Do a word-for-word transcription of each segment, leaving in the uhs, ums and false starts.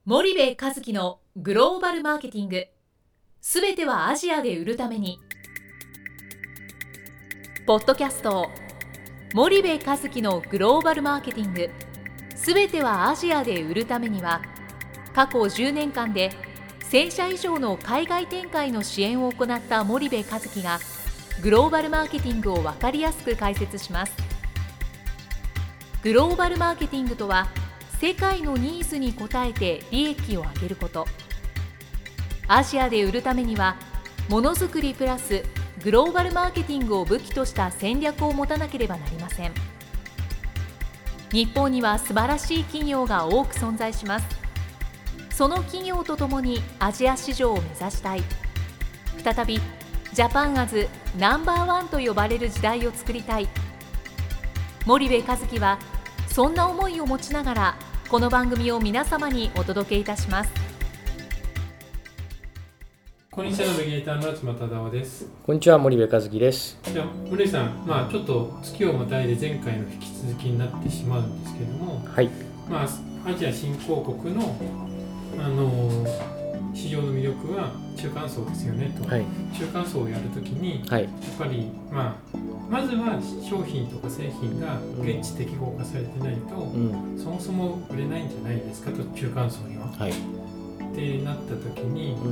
森部一樹のグローバルマーケティング、すべてはアジアで売るために。ポッドキャスト森部一樹のグローバルマーケティング、すべてはアジアで売るためには、過去じゅうねんかんでせんしゃ以上の海外展開の支援を行った森部一樹がグローバルマーケティングを分かりやすく解説します。グローバルマーケティングとは、世界のニーズに応えて利益を上げること。アジアで売るためには、ものづくりプラスグローバルマーケティングを武器とした戦略を持たなければなりません。日本には素晴らしい企業が多く存在します。その企業とともにアジア市場を目指したい。再びジャパンアズナンバーワンと呼ばれる時代を作りたい。森部一樹はそんな思いを持ちながら、この番組を皆様にお届けいたします。 こんにちは、ナビゲーターの松又直です。 こんにちは、森部一樹です。 じゃあ森部さん、まあ、ちょっと月をまたいで前回の引き続きになってしまうんですけども、 はい、 まあ、アジア新興国の、あの市場の魅力は中間層ですよねと、はい、中間層をやるときに、はい、やっぱり、まあ、まずは商品とか製品が現地適合化されてないと、うん、そもそも売れないんじゃないですかと、中間層には、はい、ってなったときに、うん、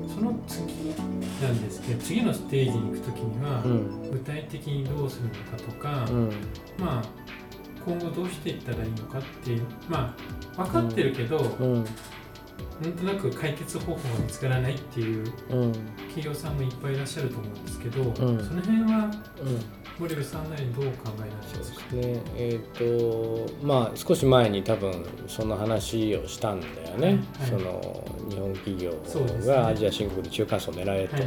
その次なんですけど、次のステージに行くときには、うん、具体的にどうするのかとか、うん、まあ今後どうしていったらいいのかっていう、まあ分かってるけど、うんうん、なんとなく解決方法が見つからないっていう企業さんもいっぱいいらっしゃると思うんですけど、うん、その辺は、うん、森部さんなりにどう考えられますか？ そうですね、えーとまあ、少し前に多分その話をしたんだよね、はいはい、その日本企業がアジア新興国で中間層を狙えと、はいはい、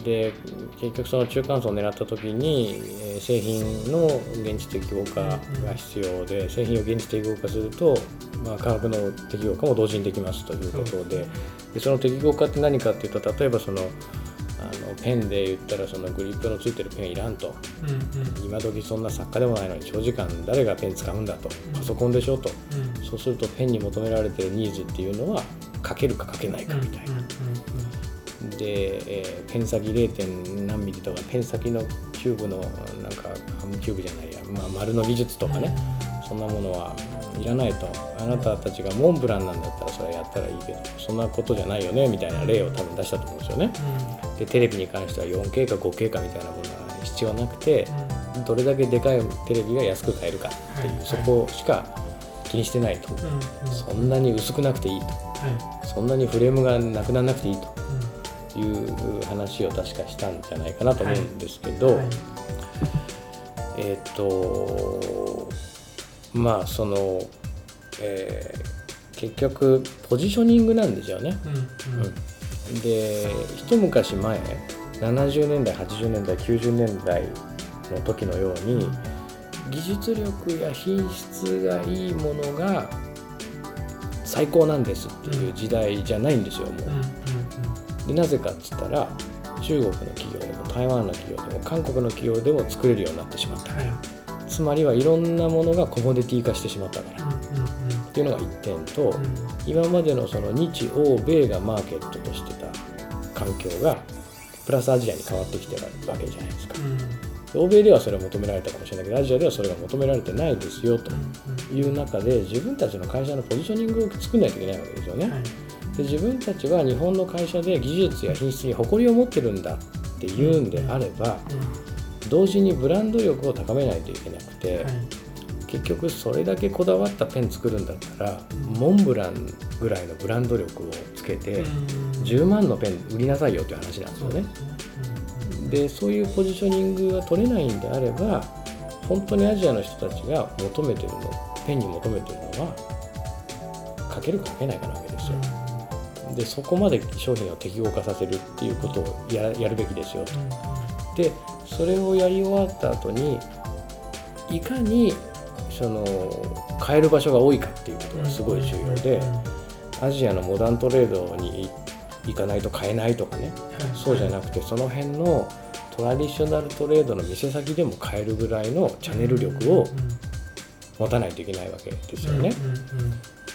で結局その中間層を狙った時に、えー、製品の現地適合化が必要で、うんうん、製品を現地適合化すると、まあ、価格の適合化も同時にできますということで、でその適合化って何かっていうと、例えばそのあのペンで言ったらそのグリップのついてるペンいらんと、うんうん、今時そんな作家でもないのに長時間誰がペン使うんだと、パソコンでしょと、うん、そうするとペンに求められてるニーズっていうのは書けるか書けないかみたいな、うんうんうん、で、えー、ペン先 れい. 何ミリとかペン先のキューブのなんかハムキューブじゃないや、まあ、丸の技術とかね、うん、そんなものはいらないと、あなたたちがモンブランなんだったらそれはやったらいいけど、そんなことじゃないよねみたいな例を多分出したと思うんですよね、うん、でテレビに関しては よんケー か ごケー かみたいなものが必要なくて、うん、どれだけでかいテレビが安く買えるかっていう、はい、そこしか気にしてないと、うんうん、そんなに薄くなくていいと、はい、そんなにフレームがなくならなくていいという話を確かしたんじゃないかなと思うんですけど、はいはい、えっとまあその、えー、結局ポジショニングなんですよね、うんうんうん、で一昔前ななじゅうねんだいはちじゅうねんだいきゅうじゅうねんだいの時のように、技術力や品質がいいものが最高なんですっていう時代じゃないんですよ、もう、うんうんうん、でなぜかっつったら、中国の企業でも台湾の企業でも韓国の企業でも作れるようになってしまったから、はい、つまりはいろんなものがコモディティ化してしまったから、うんうんうん、っていうのが一点と、うん、今までのその日欧米がマーケットとしてた環境がプラスアジアに変わってきてるわけじゃないですか、うん、欧米ではそれを求められたかもしれないけど、アジアではそれが求められてないですよという中で、自分たちの会社のポジショニングを作らないといけないわけですよね、はい、で自分たちは日本の会社で技術や品質に誇りを持ってるんだっていうんであれば、同時にブランド力を高めないといけなくて、はい、結局それだけこだわったペン作るんだったら、モンブランぐらいのブランド力をつけてじゅうまんのペン売りなさいよという話なんですよね。でそういうポジショニングが取れないんであれば、本当にアジアの人たちが求めてるの、ペンに求めてるのは書けるか書けないかなわけですよ。でそこまで商品を適合化させるっていうことを や, やるべきですよと。でそれをやり終わった後に、いかにその買える場所が多いかっていうことがすごい重要で、アジアのモダントレードに行かないと買えないとかね、そうじゃなくて、その辺のトラディショナルトレードの店先でも買えるぐらいのチャンネル力を持たないといけないわけですよね。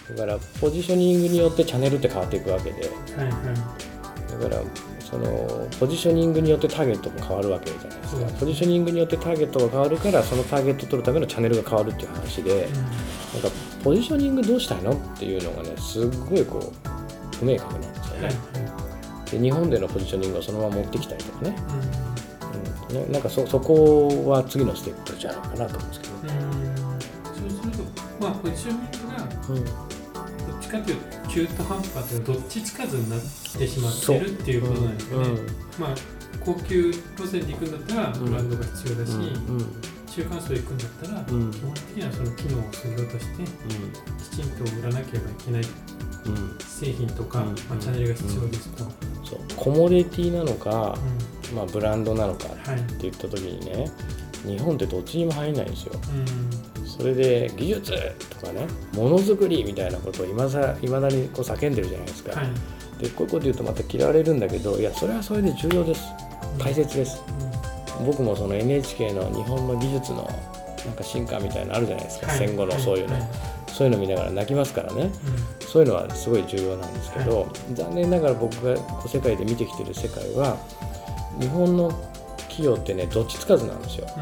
だからポジショニングによってチャンネルって変わっていくわけで、 はいはい、 だからそのポジショニングによってターゲットも変わるわけじゃないですか。ポジショニングによってターゲットが変わるからそのターゲットを取るためのチャンネルが変わるっていう話で、うん、なんかポジショニングどうしたいのっていうのがねすっごいこう不明確なんですよね、はいはい、で日本でのポジショニングをそのまま持ってきたりとかね、うんうん、なんか そ, そこは次のステップじゃないかなと思うんですけど、 うんそうすると、まあ、ポジショニングが、うんどっちかというと中途半端というかどっちつかずになってしまってるっていうことなんですよね、うんうん、まあ高級路線で行くんだったらブランドが必要だし、うんうん、中間層で行くんだったら、うん、基本的にはその機能を削ぎ落として、うん、きちんと売らなければいけない、うん、製品とか、うんまあ、チャンネルが必要ですと、うん、 そうコモディティなのか、うんまあ、ブランドなのかって言った時にね、はい、日本ってどっちにも入んないんですよ、うん、それで技術とかねものづくりみたいなことをいまだにこう叫んでるじゃないですか、はい、でこういうこと言うとまた嫌われるんだけどいやそれはそれで重要です、大切です、うん、僕もその エヌエイチケー の日本の技術のなんか進化みたいなのあるじゃないですか、はい、戦後のそういうの、はい、そういうの見ながら泣きますからね、うん、そういうのはすごい重要なんですけど、はい、残念ながら僕が世界で見てきてる世界は日本の企業ってねどっちつかずなんですよ、うん、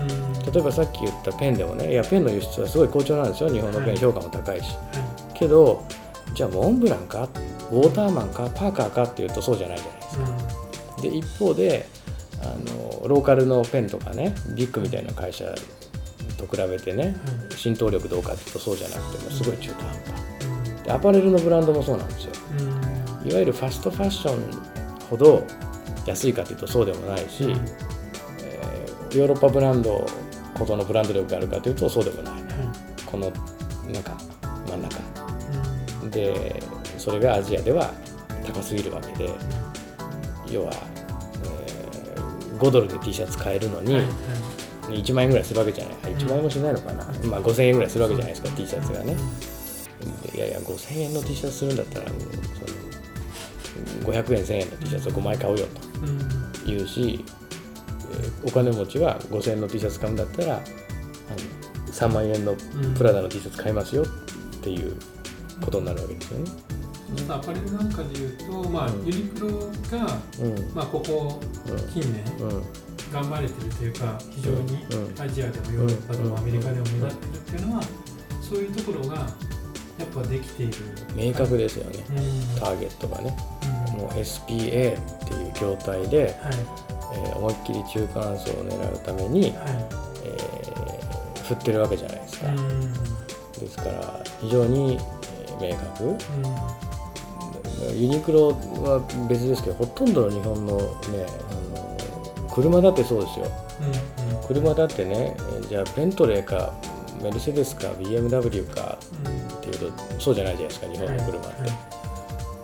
例えばさっき言ったペンでもねいやペンの輸出はすごい好調なんですよ、日本のペン評価も高いし、はい、けどじゃあモンブランかウォーターマンかパーカーかっていうとそうじゃないじゃないですか、うん、で一方であのローカルのペンとかねビッグみたいな会社と比べてね、うん、浸透力どうかっていうとそうじゃなくてもすごい中途半端、うん、でアパレルのブランドもそうなんですよ、うん、いわゆるファストファッションほど安いかというとそうでもないし、うんえー、ヨーロッパブランドほどのブランド力があるかというとそうでもない、うん、このなんか真ん中、うん、でそれがアジアでは高すぎるわけで、うん、要は、えー、ごドルで T シャツ買えるのに、はいはい、いちまんえんぐらいするわけじゃない、いちまんえんもしないのかな、うんまあ、ごせんえんぐらいするわけじゃないですか、うん、T シャツがね、うん、でいやいやごせんえんの T シャツするんだったらそのごひゃくえんせんえんの T シャツをごまい買うよと言うし、うん、お金持ちはごせんえんの T シャツ買うんだったらあのさんまんえんのプラダの T シャツ買いますよっていうことになるわけですよね。 うん、アパレルなんかでいうと、まあ、ユニクロが、うんまあ、ここ近年、うん、頑張れてるというか非常にアジアでもヨーロッパでもアメリカでも目立ってるっていうのはそういうところがやっぱできている明確ですよね、うん、ターゲットがね、うん、もう エスピーエー っていう業態で、はいえー、思いっきり中間層を狙うために、はいえー、振ってるわけじゃないですか、うん、ですから非常に明確、うんユニクロは別ですけどほとんどの日本のねあの車だってそうですよ、うんうん、車だってねじゃあベントレーかメルセデスか ビーエムダブリュー かっていうとそうじゃないじゃないですか日本の車って、はいはい、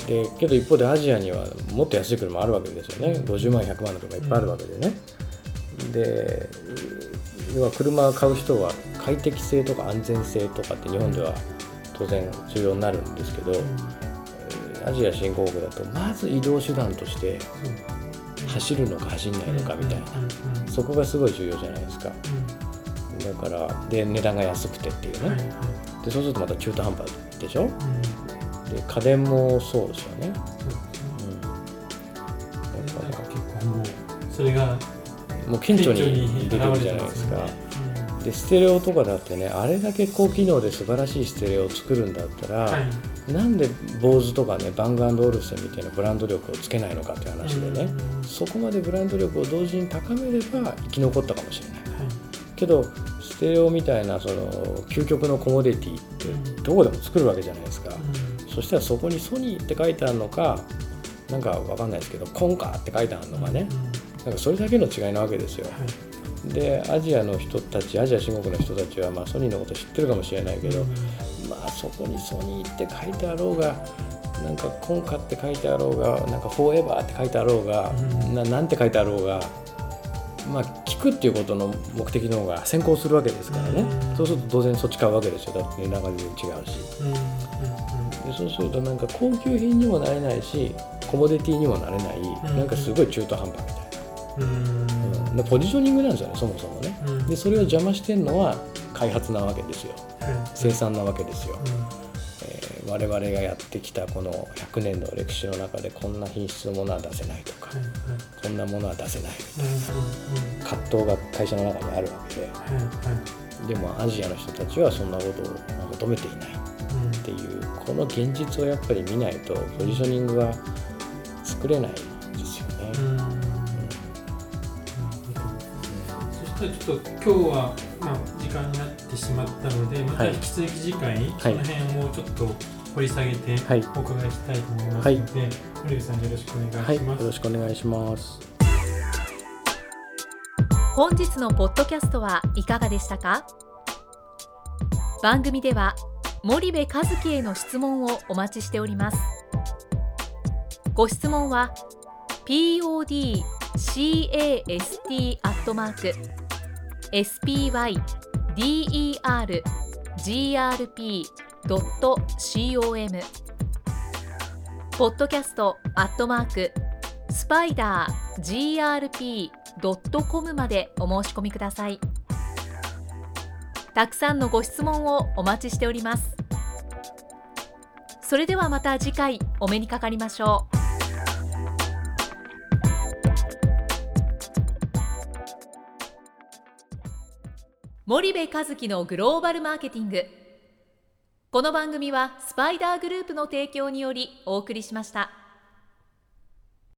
でけど一方でアジアにはもっと安い車あるわけですよね、ごじゅうまんひゃくまんのとかいっぱいあるわけでね、うん、で要は車を買う人は快適性とか安全性とかって日本では当然重要になるんですけど、うんアジア新興国だとまず移動手段として走るのか走んないのかみたいな、うん、そこがすごい重要じゃないですか、うん、だからで値段が安くてっていうね、はいはい、でそうするとまた中途半端でしょ、うん、で家電もそうですよね、 うん、なんか結構もうそれがもう顕著に出てるじゃないですか、でステレオとかだってねあれだけ高機能で素晴らしいステレオを作るんだったら、はいなんで坊主とかねバング&オルセンみたいなブランド力をつけないのかっていう話でね、うん、そこまでブランド力を同時に高めれば生き残ったかもしれない、はい、けどステレオみたいなその究極のコモディティってどこでも作るわけじゃないですか、うん、そしたらそこにソニーって書いてあるのかなんかわかんないですけどコンカって書いてあるのかね、うん、なんかそれだけの違いなわけですよ、はい、でアジアの人たちアジア諸国の人たちはまあソニーのこと知ってるかもしれないけど、うんまあ、そこにソニーって書いてあろうがなんかコンカって書いてあろうがなんかフォーエバーって書いてあろうが、うん、な, なんて書いてあろうがまあ聞くっていうことの目的の方が先行するわけですからね、うん、そうすると当然そっち買うわけですよだって値段が全然違うし、うんうんうん、でそうするとなんか高級品にもなれないしコモディティにもなれない、うん、なんかすごい中途半端みたいな、うんうん、ポジショニングなんですよねそもそもね、うん、でそれを邪魔してるのは開発なわけですよ、はい、生産なわけですよ、うんえ我々がやってきたこのひゃくねんの歴史の中でこんな品質のものは出せないとか、はいはい、こんなものは出せないみたいな、うんうん、葛藤が会社の中にあるわけで、はいはい、でもアジアの人たちはそんなことを求めていないっていう、うん、この現実をやっぱり見ないとポジショニングは作れないですよね。うんうん、 そしたらちょっと今日は、まあ、時間になってしまったのでまた引き続き次回、はい、その辺をちょっと掘り下げてお伺いしたいと思いますので、はい、森部さんよろしくお願いします、はい、よろしくお願いします。 本日のポッドキャストはいかがでしたか？番組では森部一樹への質問をお待ちしております。ご質問は ピーオーディーキャスト アットマーク エスピーワイディーイーアールジーアールピードットコム ポッドキャストアットマークスパイダー ジーアールピードットコム までお申し込みください。たくさんのご質問をお待ちしております。それではまた次回お目にかかりましょう。森部一樹のグローバルマーケティング。この番組はスパイダーグループの提供によりお送りしました。